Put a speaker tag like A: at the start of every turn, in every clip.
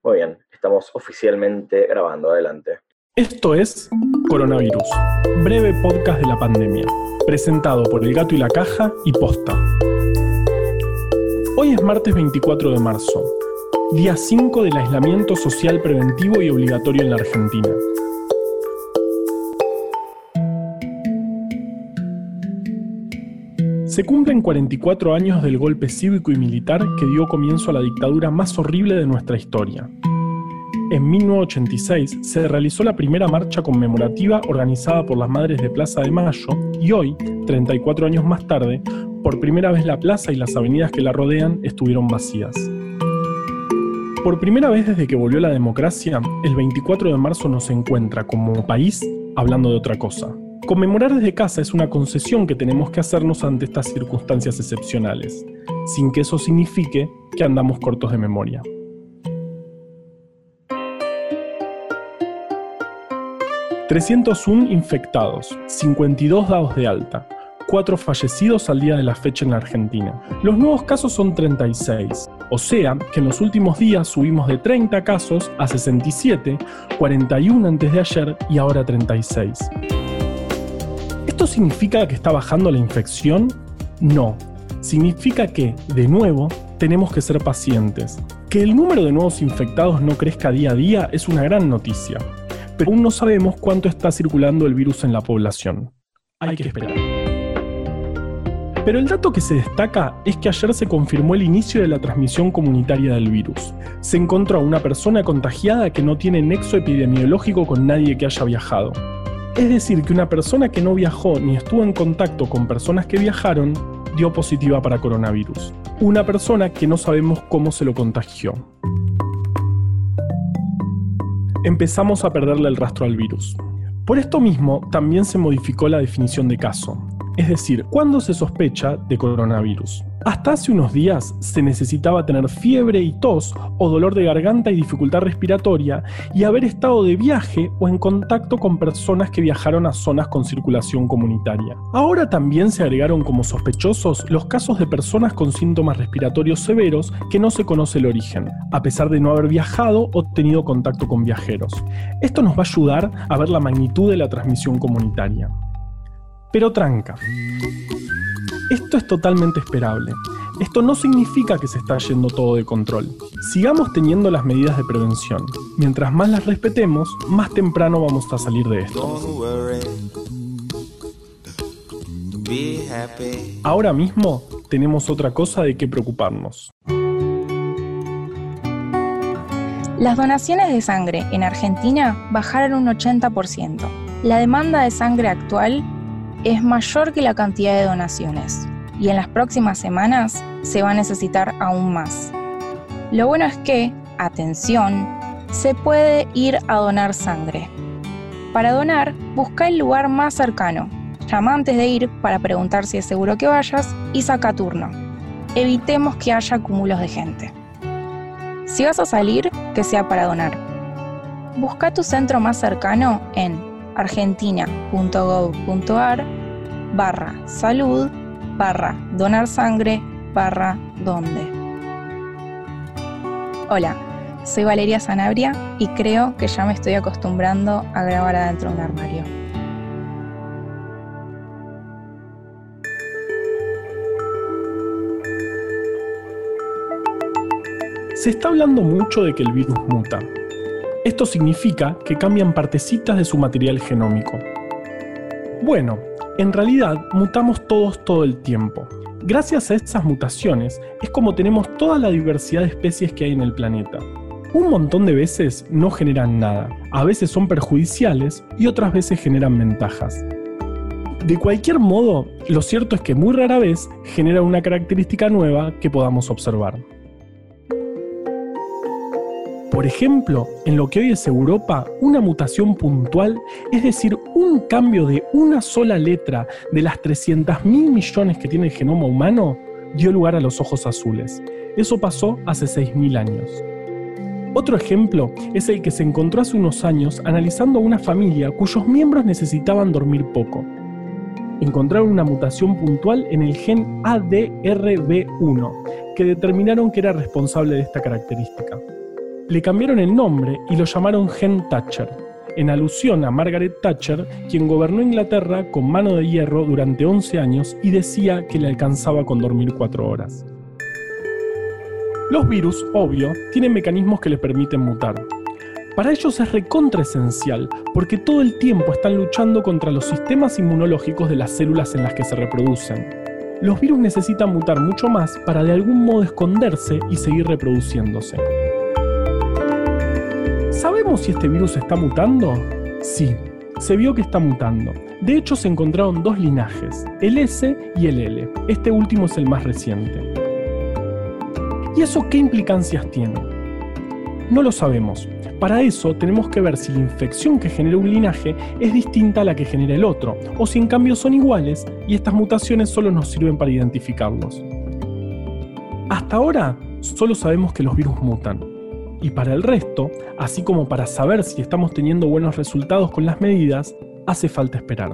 A: Muy bien, estamos oficialmente grabando, adelante.
B: Esto es Coronavirus, breve podcast de la pandemia, presentado por El Gato y la Caja y Posta. Hoy es martes 24 de marzo, día 5 del aislamiento social preventivo y obligatorio en la Argentina. Se cumplen 44 años del golpe cívico y militar que dio comienzo a la dictadura más horrible de nuestra historia. En 1986 se realizó la primera marcha conmemorativa organizada por las Madres de Plaza de Mayo y hoy, 34 años más tarde, por primera vez la plaza y las avenidas que la rodean estuvieron vacías. Por primera vez desde que volvió la democracia, el 24 de marzo nos encuentra como país hablando de otra cosa. Conmemorar desde casa es una concesión que tenemos que hacernos ante estas circunstancias excepcionales, sin que eso signifique que andamos cortos de memoria. ...301 infectados, 52 dados de alta, 4 fallecidos al día de la fecha en la Argentina. Los nuevos casos son 36, o sea que en los últimos días subimos de 30 casos a 67, 41 antes de ayer y ahora 36. ¿Esto significa que está bajando la infección? No. Significa que, de nuevo, tenemos que ser pacientes. Que el número de nuevos infectados no crezca día a día es una gran noticia. Pero aún no sabemos cuánto está circulando el virus en la población. Hay que esperar. Pero el dato que se destaca es que ayer se confirmó el inicio de la transmisión comunitaria del virus. Se encontró a una persona contagiada que no tiene nexo epidemiológico con nadie que haya viajado. Es decir, que una persona que no viajó ni estuvo en contacto con personas que viajaron dio positiva para coronavirus. Una persona que no sabemos cómo se lo contagió. Empezamos a perderle el rastro al virus. Por esto mismo, también se modificó la definición de caso. Es decir, ¿cuándo se sospecha de coronavirus? Hasta hace unos días se necesitaba tener fiebre y tos o dolor de garganta y dificultad respiratoria y haber estado de viaje o en contacto con personas que viajaron a zonas con circulación comunitaria. Ahora también se agregaron como sospechosos los casos de personas con síntomas respiratorios severos que no se conoce el origen, a pesar de no haber viajado o tenido contacto con viajeros. Esto nos va a ayudar a ver la magnitud de la transmisión comunitaria. Pero tranca. Esto es totalmente esperable. Esto no significa que se está yendo todo de control. Sigamos teniendo las medidas de prevención. Mientras más las respetemos, más temprano vamos a salir de esto. Ahora mismo tenemos otra cosa de qué preocuparnos.
C: Las donaciones de sangre en Argentina bajaron un 80%. La demanda de sangre actual es mayor que la cantidad de donaciones y en las próximas semanas se va a necesitar aún más. Lo bueno es que, atención, se puede ir a donar sangre. Para donar, busca el lugar más cercano, llama antes de ir para preguntar si es seguro que vayas y saca turno. Evitemos que haya cúmulos de gente. Si vas a salir, que sea para donar. Busca tu centro más cercano en argentina.gov.ar/salud/donar sangre/donde. Hola, soy Valeria Sanabria y creo que ya me estoy acostumbrando a grabar adentro de un armario.
B: Se está hablando mucho de que el virus muta. Esto significa que cambian partecitas de su material genómico. Bueno, en realidad mutamos todos todo el tiempo. Gracias a estas mutaciones es como tenemos toda la diversidad de especies que hay en el planeta. Un montón de veces no generan nada, a veces son perjudiciales y otras veces generan ventajas. De cualquier modo, lo cierto es que muy rara vez genera una característica nueva que podamos observar. Por ejemplo, en lo que hoy es Europa, una mutación puntual, es decir, un cambio de una sola letra de las 300.000 millones que tiene el genoma humano, dio lugar a los ojos azules. Eso pasó hace 6.000 años. Otro ejemplo es el que se encontró hace unos años analizando a una familia cuyos miembros necesitaban dormir poco. Encontraron una mutación puntual en el gen ADRB1, que determinaron que era responsable de esta característica. le cambiaron el nombre y lo llamaron gen Thatcher, en alusión a Margaret Thatcher, quien gobernó Inglaterra con mano de hierro durante 11 años y decía que le alcanzaba con dormir 4 horas. Los virus, obvio, tienen mecanismos que les permiten mutar. Para ellos es recontra esencial, porque todo el tiempo están luchando contra los sistemas inmunológicos de las células en las que se reproducen. Los virus necesitan mutar mucho más para de algún modo esconderse y seguir reproduciéndose. ¿Sabemos si este virus está mutando? Sí, se vio que está mutando. De hecho, se encontraron 2 linajes, el S y el L. Este último es el más reciente. ¿Y eso qué implicancias tiene? No lo sabemos. Para eso tenemos que ver si la infección que genera un linaje es distinta a la que genera el otro, o si en cambio son iguales y estas mutaciones solo nos sirven para identificarlos. Hasta ahora solo sabemos que los virus mutan. Y para el resto, así como para saber si estamos teniendo buenos resultados con las medidas, hace falta esperar.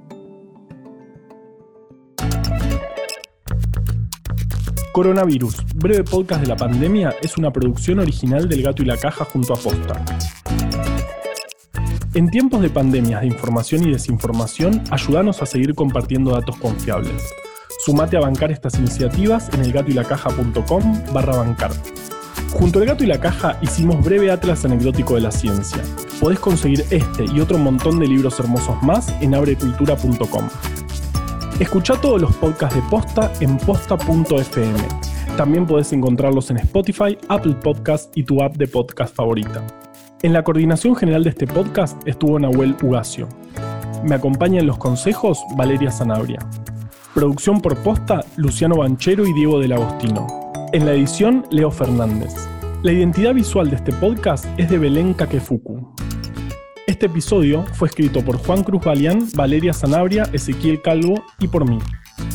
B: Coronavirus, breve podcast de la pandemia, es una producción original del Gato y la Caja junto a Posta. En tiempos de pandemias de información y desinformación, ayúdanos a seguir compartiendo datos confiables. Sumate a bancar estas iniciativas en elgatoylacaja.com/bancar. Junto al Gato y la Caja hicimos breve atlas anecdótico de la ciencia. Podés conseguir este y otro montón de libros hermosos más en abrecultura.com. Escuchá todos los podcasts de Posta en posta.fm. También podés encontrarlos en Spotify, Apple Podcasts y tu app de podcast favorita. En la coordinación general de este podcast estuvo Nahuel Ugacio. Me acompaña en los consejos Valeria Sanabria. Producción por Posta, Luciano Banchero y Diego del Agostino. En la edición, Leo Fernández. La identidad visual de este podcast es de Belén Kakefuku. Este episodio fue escrito por Juan Cruz Balián, Valeria Sanabria, Ezequiel Calvo y por mí.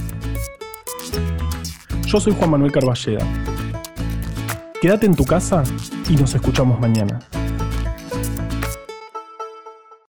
B: Yo soy Juan Manuel Carballeda. Quédate en tu casa y nos escuchamos mañana.